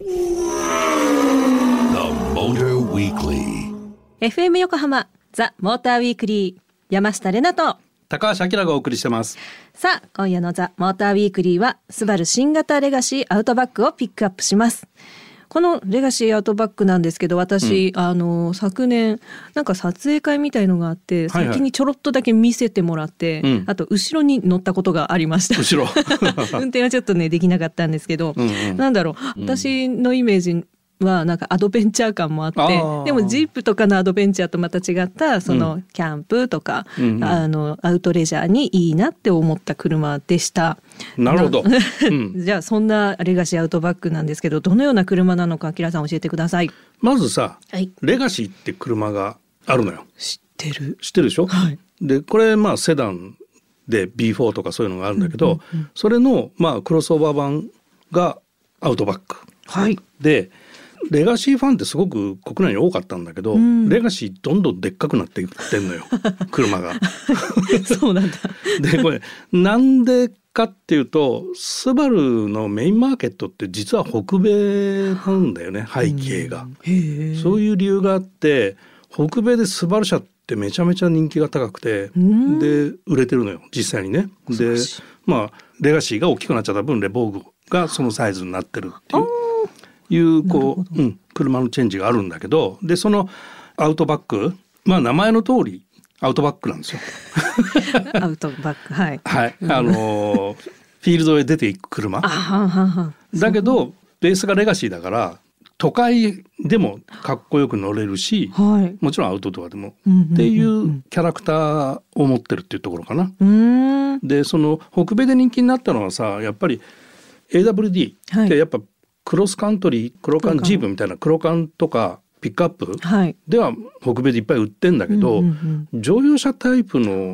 FM 横浜ザ・モーターウィークリー、山下れなと高橋明がお送りしてます。 さあ、今夜のザ・モーターウィークリーはスバル新型レガシーアウトバックをピックアップします。このレガシーアウトバックなんですけど、私、昨年なんか撮影会みたいのがあって、先にちょろっとだけ見せてもらって、あと後ろに乗ったことがありました。 後ろ運転はちょっとねできなかったんですけど、なんだろう、私のイメージはなんかアドベンチャー感もあって、でもジープとかのアドベンチャーとまた違ったそのキャンプとか、アウトレジャーにいいなって思った車でした。 なるほど、 じゃあそんなレガシーアウトバックなんですけど、どのような車なのか、キラさん教えてください。 まずさ、レガシーって車があるのよ。知ってるでしょ、でこれまあセダンで B4 とかそういうのがあるんだけど、それのまあクロスオーバー版がアウトバック、でレガシーファンってすごく国内に多かったんだけど、レガシーどんどんでっかくなっていってんのよ車がそうなんだ。 でこれなんでかっていうと、スバルのメインマーケットって実は北米なんだよね、背景が。そういう理由があって、北米でスバル車ってめちゃめちゃ人気が高くて、で売れてるのよ実際にね。でまあレガシーが大きくなっちゃった分、レボーグがそのサイズになってるっていうこう、車のチェンジがあるんだけど、でそのアウトバック、まあ名前の通りアウトバックなんですよアウトバック、フィールドへ出ていく車だけど、ベースがレガシーだから都会でもかっこよく乗れるし、もちろんアウトドアでも、っていうキャラクターを持ってるっていうところかな。でその北米で人気になったのはさ、やっぱり AWD ってやっぱクロスカントリー、クロカンジープみたいなクロカンとかピックアップでは北米でいっぱい売ってんだけど、乗用車タイプの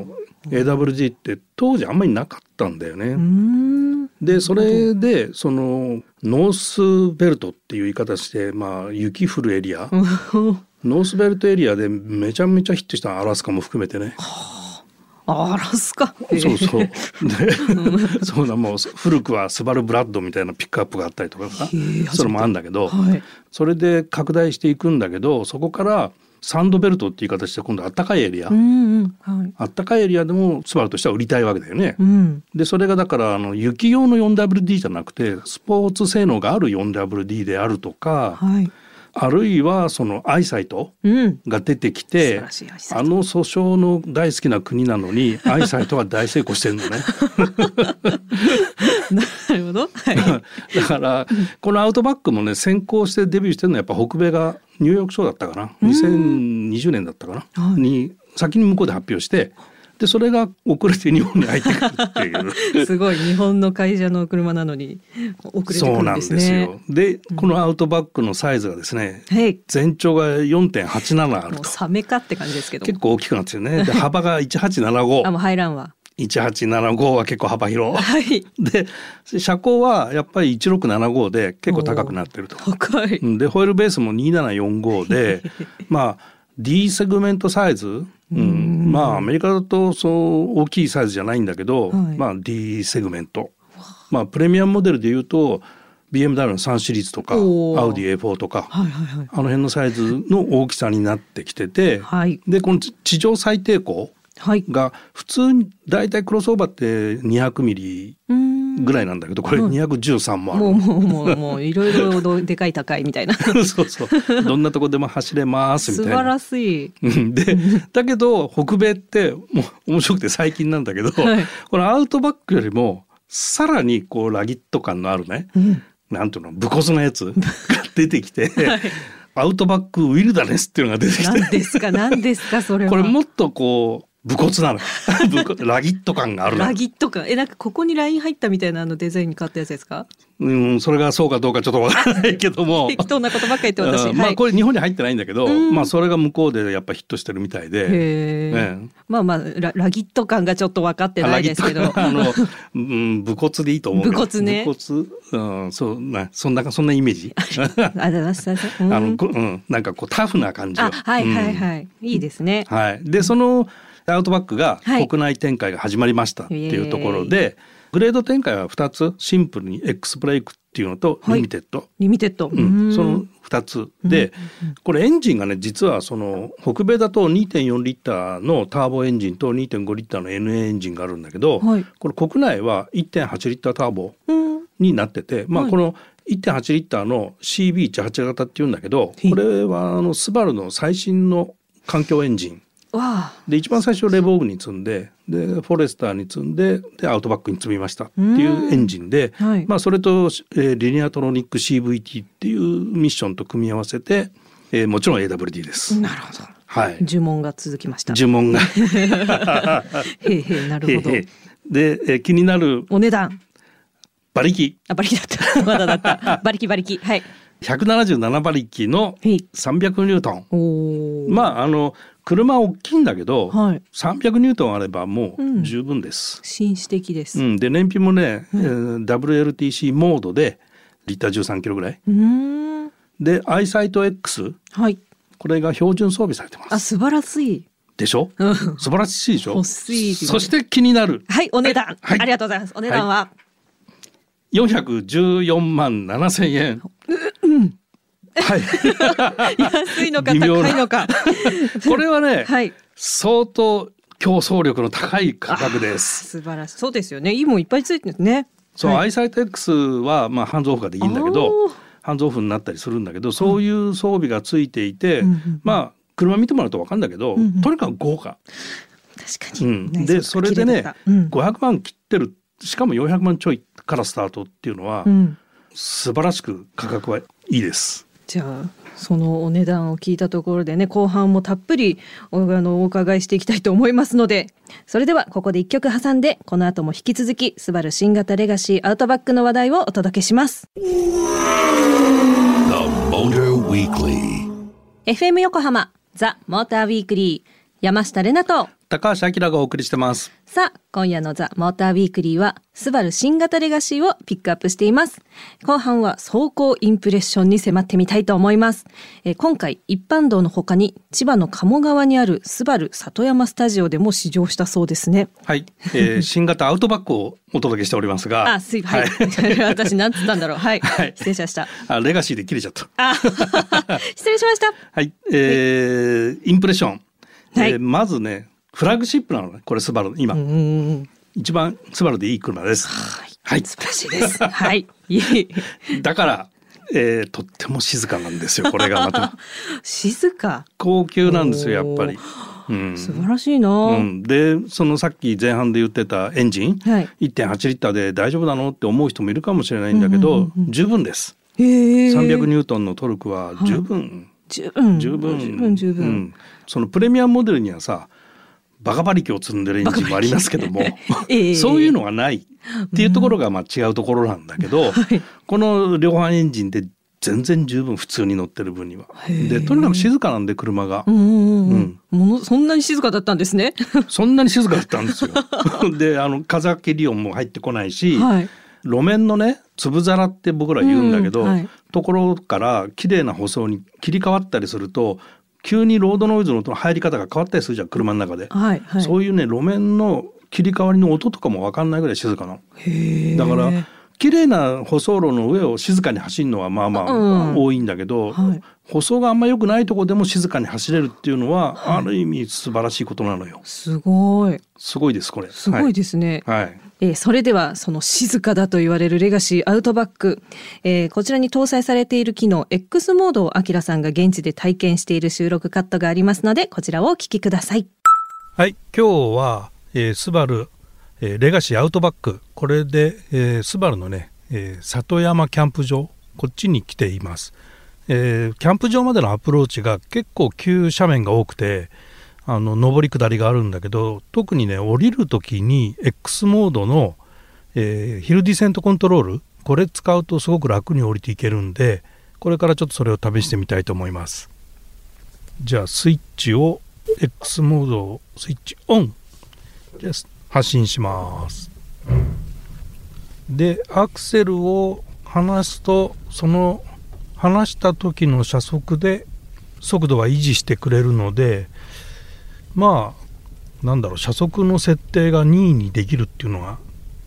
AWD って当時あんまりなかったんだよね。でそれでそのノースベルトっていう言い方して、まあ雪降るエリアノースベルトエリアでめちゃめちゃヒットしたアラスカも含めてね。 アラスカ、 そうそうでそうだ、もう古くはスバルブラッドみたいなピックアップがあったりとかさ、それもあるんだけど、それで拡大していくんだけど、そこからサンドベルトっていう形で今度あったかいエリア、あったかいエリアでもスバルとしては売りたいわけだよね。でそれがだから雪用の 4WD じゃなくてスポーツ性能がある 4WD であるとか、あるいはそのアイサイトが出てきて、あの訴訟の大好きな国なのにアイサイトは大成功してるのねなるほど、 だからこのアウトバックもね、先行してデビューしてるのはやっぱ北米がニューヨークショーだったかな、2020年だったかな、に先に向こうで発表して、でそれが遅れて日本に入ってくるっていうすごい、日本の会社の車なのに遅れてくるんですね。 そうなんですよ。でこのアウトバックのサイズがですね、全長が 4.87 あると、もうサメかって感じですけど、 結構大きくなってるね。で幅が1875 もう入らんわ。 1875は結構幅広、で車高はやっぱり1675で結構高くなってると。 高い。 でホイールベースも2745でまあ D セグメントサイズ、まあアメリカだとそう大きいサイズじゃないんだけど、まあ D セグメント、まあプレミアムモデルでいうと BMW の3シリーズとかアウディ A4 とか、あの辺のサイズの大きさになってきてて、でこの地上最低高が普通にだいたいクロスオーバーって200ミリぐらいなんだけど、これ213もある。 もういろいろでかい高いみたいなそうそうどんなとこでも走れますみたいな。 素晴らしい。 でだけど北米ってもう面白くて最近なんだけど、このアウトバックよりもさらにこうラギット感のあるね、なんていうの、武骨なやつが出てきて、アウトバックウィルダネスっていうのが出てきて、 何ですかそれは。 これもっとこう武骨なのラギット感がある。 ラギット感、なんかここにライン入ったみたいなデザインに変わったやつですか。 それがそうかどうかちょっとわからないけども適当なことばっかり言って私、 まあこれ日本に入ってないんだけど、まあそれが向こうでやっぱヒットしてるみたいで、 まあラギット感がちょっと分かってないですけど武骨でいいと思うよ。 武骨ね。 そうな、そんなイメージなんかこうタフな感じを。 いいですね。 でそのアウトバックが国内展開が始まりましたっていうところで、ググレード展開は2つ、シンプルに X ブレイクっていうのとリミテッド、 リミテッド、 その2つで、これエンジンがね実はその北米だと 2.4 リッターのターボエンジンと 2.5 リッターの NA エンジンがあるんだけど、これ国内は 1.8 リッターターボになってて、この 1.8 リッターの CB18 型っていうんだけど、これはスバルの最新の環境エンジンで、一番最初レボーグに積んで、でフォレスターに積んで、でアウトバックに積みましたっていうエンジンで、それと、リニアトロニック CVT っていうミッションと組み合わせて、もちろん AWD です。 なるほど、呪文が続きました。 呪文がなるほど。 で、気になるお値段、 馬力、 馬力だったまだだった馬力はい、 177馬力の300ニュートン。車大きいんだけど、300ニュートンあればもう十分です。 紳士的です。 で燃費もね、WLTC モードでリッター13キロぐらいで、アイサイト X、これが標準装備されてます。 素晴らしいでしょ、素晴らしいでしょ。 欲しい。 そして気になる、 お値段、ありがとうございます。お値段は、 414万7,000円。 安いのか高いのかこれはね、相当競争力の高い価格です。 素晴らしい。そうですよね。いいもんいっぱいついてるね。 そう、アイサイト X はハンズオフができるんだけど、ハンズオフになったりするんだけど、そういう装備がついていて、車見てもらうと分かるんだけど、とにかく豪華。 確かに、 でそれでね、500万切ってる、しかも400万ちょいからスタートっていうのは、素晴らしく価格はいいです。 じゃあそのお値段を聞いたところでね、後半もたっぷりお伺いしていきたいと思いますので、それではここで一曲挟んで、この後も引き続きスバル新型レガシーアウトバックの話題をお届けします。 FM 横浜ザ・モーターウィークリー、山下れなと高橋明がお送りしてます。 さあ、今夜のザ・モーターウィークリーはスバル新型レガシーをピックアップしています。後半は走行インプレッションに迫ってみたいと思います。今回一般道の他に千葉の鴨川にあるスバル里山スタジオでも試乗したそうですね。 新型アウトバックをお届けしておりますが、 私なんつったんだろう。失礼しました。 レガシーで切れちゃった。 失礼しました。 インプレッション、まずね、フラッグシップなのね、これスバル今一番スバルでいい車です。 素晴らしいです。 だから、とっても静かなんですよ。これがまた静か、 高級なんですよ、やっぱり。 素晴らしいな。 でそのさっき前半で言ってたエンジン、1.8 リッターで大丈夫なのって思う人もいるかもしれないんだけど、十分です。300ニュートンのトルクは十分、十分。そのプレミアムモデルにはさ、バカ馬力を積んでるエンジンもありますけども、そういうのがないっていうところが違うところなんだけど、この量販エンジンで全然十分普通に乗ってる分には。でとにかく静かなんで車が、そんなに静かだったんですね。 そんなに静かだったんですよ。で風切り音も入ってこないし、路面のね粒皿って僕ら言うんだけど、ところから綺麗な舗装に切り替わったりすると、急にロードノイズの音の入り方が変わったりするじゃん、車の中で。そういうね、路面の切り替わりの音とかも分かんないぐらい静かなの。だから綺麗な舗装路の上を静かに走るのは多いんだけど、舗装があんま良くないところでも静かに走れるっていうのは、ある意味素晴らしいことなのよ。 すごいです、 これ。 すごいですね。それではその静かだと言われるレガシーアウトバック、こちらに搭載されている機能 X モードをアキラさんが現地で体験している収録カットがありますので、こちらをお聞きください。 今日は、スバル、レガシーアウトバック、これで、スバルのね、里山キャンプ場、こっちに来ています。キャンプ場までのアプローチが結構急斜面が多くて、上り下りがあるんだけど、特にね降りるときに X モードの、ヒルディセントコントロール、これ使うとすごく楽に降りていけるんで、これからちょっとそれを試してみたいと思います。じゃあスイッチを X モードをスイッチオン、じゃあ発進します。でアクセルを離すと、その離した時の車速で速度は維持してくれるので、車速の設定が任意にできるっていうのが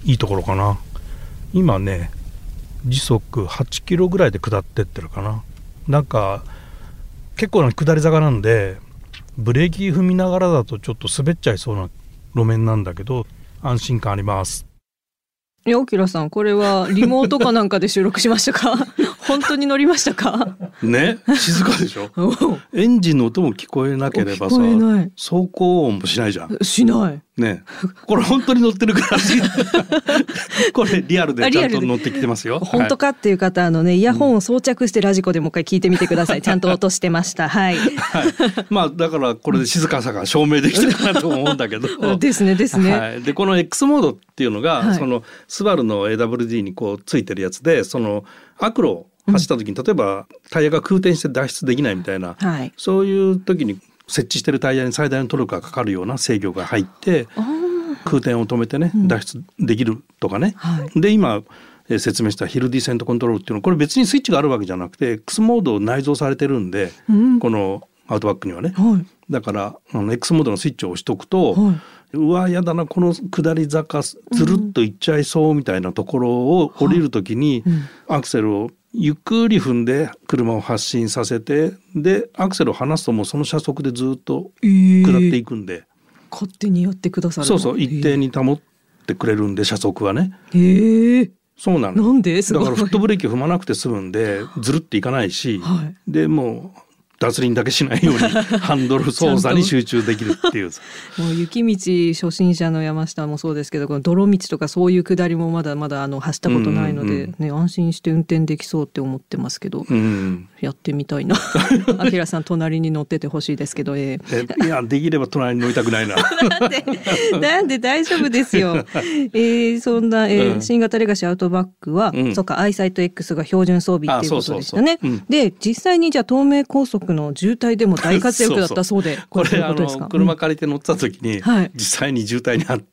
いいところかな。今ね時速8キロぐらいで下ってってるかな。なんか結構な下り坂なんでブレーキ踏みながらだとちょっと滑っちゃいそうな路面なんだけど安心感あります。 オキラさん、これはリモートかなんかで収録しましたか？本当に乗りましたか？ ね、静かでしょ。エンジンの音も聞こえなければさ、走行音もしないじゃん。 しないね、これ本当に乗ってるからこれリアルでちゃんと乗ってきてますよ。 本当かっていう方イヤホンを装着してラジコでもう一回聞いてみてください。ちゃんと落としてました。はい、 はい、まあだからこれで静かさが証明できてるかなと思うんだけどですねですね、 はい、でこの X モードっていうのが、そのスバルの AWD にこうついてるやつで、そのアクロを走った時に例えばタイヤが空転して脱出できないみたいな、そういう時に設置してるタイヤに最大のトルクがかかるような制御が入って空転を止めてね、脱出できるとかね、で今説明したヒルディセントコントロールっていうのはこれ別にスイッチがあるわけじゃなくて X モード内蔵されてるんで、このアウトバックにはね、だからX モードのスイッチを押しとくと、うわやだなこの下り坂ずるっといっちゃいそうみたいなところを降りるときに、アクセルをゆっくり踏んで車を発進させて、でアクセルを離すともうその車速でずっと下っていくんで、 勝手にやってくださる。 そうそう一定に保ってくれるんで車速はね。そうなの。 なんで？すごい。 だからフットブレーキを踏まなくて済むんでずるっていかないし、でもう脱輪だけしないようにハンドル操作に集中できるっていうもう雪道初心者の山下もそうですけど、この泥道とかそういう下りもまだまだ走ったことないので、安心して運転できそうって思ってますけど、やってみたいな。あきらさん隣に乗っててほしいですけど、いやできれば隣に乗りたくないな。 なんで大丈夫ですよ。そんな、新型レガシーアウトバックは、そっかアイサイト X が標準装備っていうことでしたね。で実際にじゃあ東名高速の渋滞でも大活躍だったそうで、 これ車借りて乗ってた時に、実際に渋滞にあって、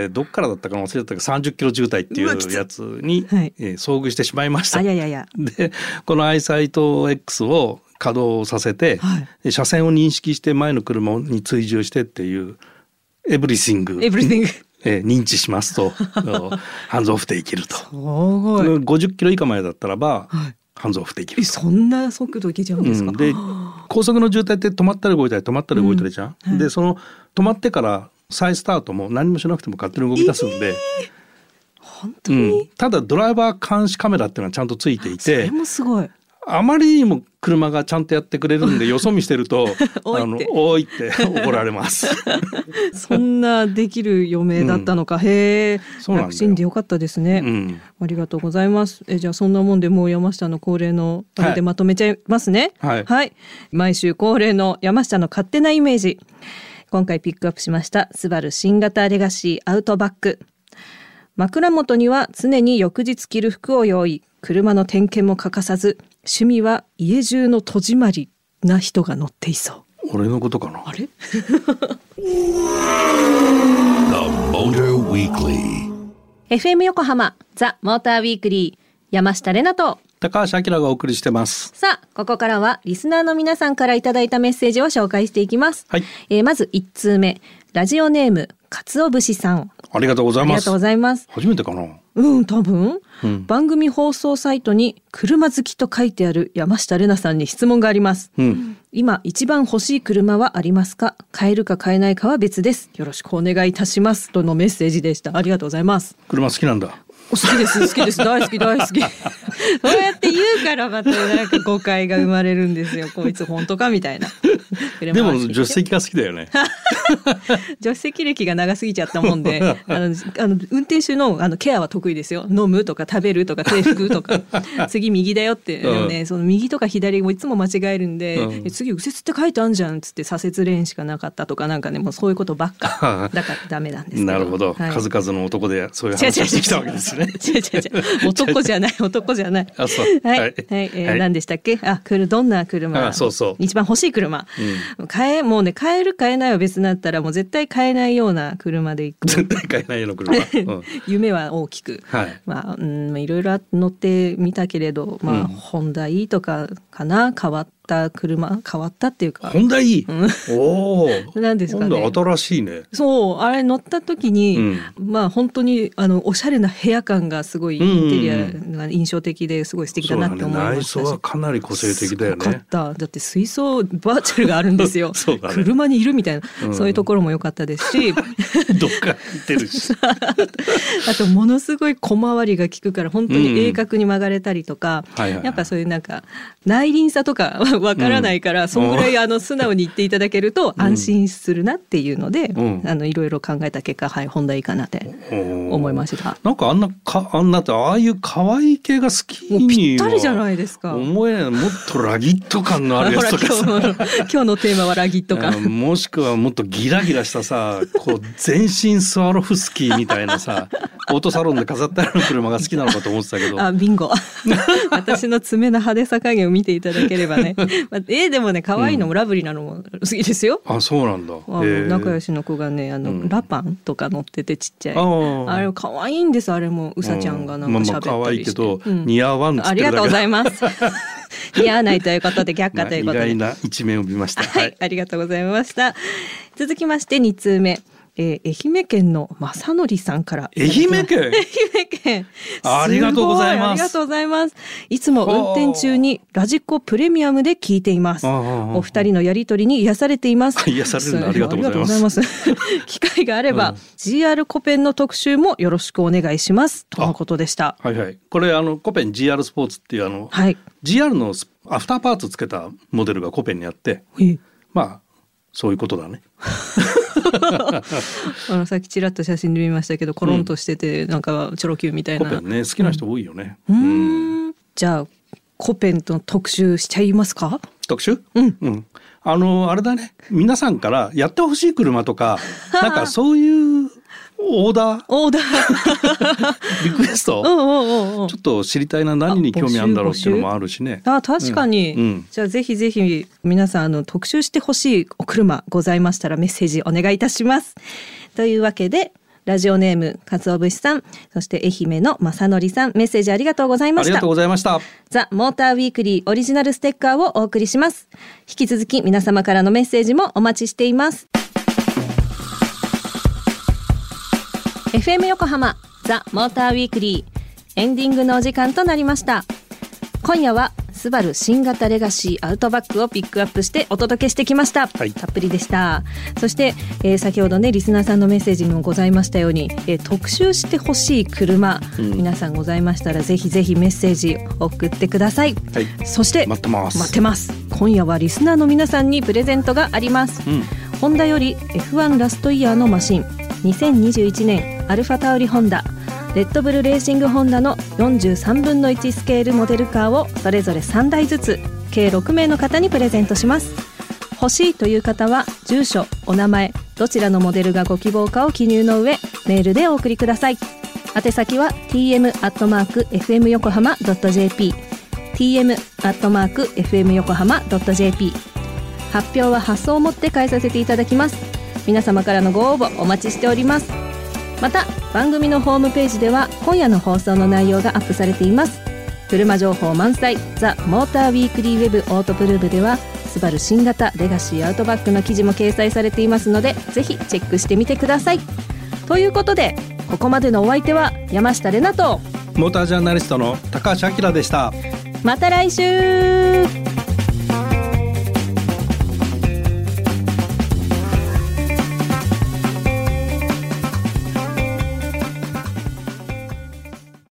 どっからだったか忘れちゃったけど30キロ渋滞っていうやつに、遭遇してしまいました。でこのアイサイト X を稼働させて、車線を認識して前の車に追従してっていうエブリシング認知しますとハンズオフできると。50キロ以下前だったらば、ハンズオフできる。 そんな速度いけちゃうんですか？ で高速の渋滞って止まったり動いたり止まったり動いたりじゃん、でその止まってから再スタートも何もしなくても勝手に動き出すんで、 本当に、 ただドライバー監視カメラっていうのはちゃんとついていて、 それもすごい。 あまりにも車がちゃんとやってくれるんでよそ見してるとおいって怒られますそんなできる余命だったのか、楽ちんでよかったですね、ありがとうございます。じゃあそんなもんでもう山下の恒例のあれでまとめちゃいますね。毎週恒例の山下の勝手なイメージ、今回ピックアップしましたスバル新型レガシーアウトバック。枕元には常に翌日着る服を用意、車の点検も欠かさず、趣味は家中の戸締まりな人が乗っていそう。 俺のことかな。 あれFM 横浜ザ・モーターウィークリー、山下れなと高橋明がお送りしてます。 さあここからはリスナーの皆さんからいただいたメッセージを紹介していきます。まず1通目、ラジオネームかつお節さん、 ありがとうございます。 ありがとうございます。 初めてかな。 多分、番組放送サイトに車好きと書いてある山下れなさんに質問があります。今一番欲しい車はありますか？買えるか買えないかは別です。よろしくお願いいたします。とのメッセージでした。ありがとうございます。 車好きなんだ。 好きです大好きそうやって言うからまたなんか誤解が生まれるんですよ。こいつ本当かみたいな。 でも助手席が好きだよね。 助手席歴が長すぎちゃったもんで運転手のケアは得意ですよ。飲むとか食べるとか手拭くとか次右だよって、その右とか左もいつも間違えるんで、次右折って書いてあるじゃんっつって左折レーンしかなかったとかなんかね、もうそういうことばっかだからダメなんですけど。 なるほど、数々の男でそういう話をしてきたわけですですね。 違う男じゃないあ、そう。 はい、はい何でしたっけ。どんな車。 そう一番欲しい車。もうね、買える買えないは別だったらもう絶対買えないような車で行く。 絶対買えないような車。 夢は大きく。いろいろ乗ってみたけれど、ホンダいとかかな。変わったっていうか。 ホンダいい。おお。 なんですかね。 今度新しいね。 そうあれ乗った時に、本当におしゃれな部屋感がすごいインテリアが印象的ですごい素敵だなって思いましたし。 内装はかなり個性的だよね。 すごかった。だって水槽バーチャルがあるんですよ。そうだね、車にいるみたいな、そういうところも良かったですし。 どっか行ってるし。 あとものすごい小回りが利くから本当に鋭角に曲がれたりとか、やっぱそういうなんか内輪差とかわからないから、そのぐらい素直に言っていただけると安心するなっていうので、いろいろ考えた結果、ホンダいいかなって思いました。 なんかああいう可愛い系が好きにはぴったりじゃないですか。 思えない。もっとラギット感のあるやつとかさ今日のテーマはラギット感もしくはもっとギラギラしたさ、こう全身スワロフスキーみたいなさオートサロンで飾ってある車が好きなのかと思ってたけど。 ビンゴ私の爪の派手さ加減を見ていただければねでもね、可愛いのもラブリーなのも好きですよ。 あ、そうなんだ。 仲良しの子がね、ラパンとか乗っててちっちゃい、あれ可愛いんです。あれもうさちゃんがなんか喋ったりして、 可愛いけど、似合わんっつってるだけ。 ありがとうございます似合わないということで却下ということで、 意外な一面を見ました。 はい、ありがとうございました。続きまして2通目、愛媛県の正則さんから。 愛媛県ありがとうございます。 ありがとうございます。いつも運転中にラジコプレミアムで聞いています。お二人のやりとりに癒されています。 癒されるのありがとうございます。 機会があれば、GR コペンの特集もよろしくお願いしますとのことでした。 はいはい。これコペン GR スポーツっていうGR のアフターパーツつけたモデルがコペンにあって、そういうことだね。 さっきちらっと写真で見ましたけど、コロンとしてて、なんかチョロ Q みたいな。 コペンね、好きな人多いよね。 じゃあコペンと特集しちゃいますか。 特集？あれだね、皆さんからやってほしい車とかなんかそういうオーダーリクエストちょっと知りたいな、何に興味あるんだろうっていうのもあるしね。 確かに、じゃあぜひぜひ皆さん特集してほしいお車ございましたらメッセージお願いいたします。というわけでラジオネームかつお節さん、そして愛媛の正則さん、メッセージありがとうございました。 ありがとうございました。 ザ・モーターウィークリーオリジナルステッカーをお送りします。引き続き皆様からのメッセージもお待ちしています。FM 横浜ザ・モーターウィークリーエンディングのお時間となりました。今夜はスバル新型レガシーアウトバックをピックアップしてお届けしてきました、たっぷりでした。そして、先ほどねリスナーさんのメッセージにもございましたように、特集してほしい車、皆さんございましたらぜひぜひメッセージ送ってください、そして待ってます。 今夜はリスナーの皆さんにプレゼントがあります、ホンダより F1 ラストイヤーのマシン、2021年アルファタウリホンダ、レッドブルレーシングホンダの43分の1スケールモデルカーをそれぞれ3台ずつ計6名の方にプレゼントします。欲しいという方は住所、お名前、どちらのモデルがご希望かを記入の上メールでお送りください。宛先は tm@fmyokohama.jp tm@fmyokohama.jp。 発表は発送をもって返させていただきます。皆様からのご応募お待ちしております。また番組のホームページでは今夜の放送の内容がアップされています。車情報満載ザ・モーターウィークリーウェブオートプルーブではスバル新型レガシーアウトバックの記事も掲載されていますので、ぜひチェックしてみてください。ということでここまでのお相手は山下れなとモータージャーナリストの高橋明でした。 また来週。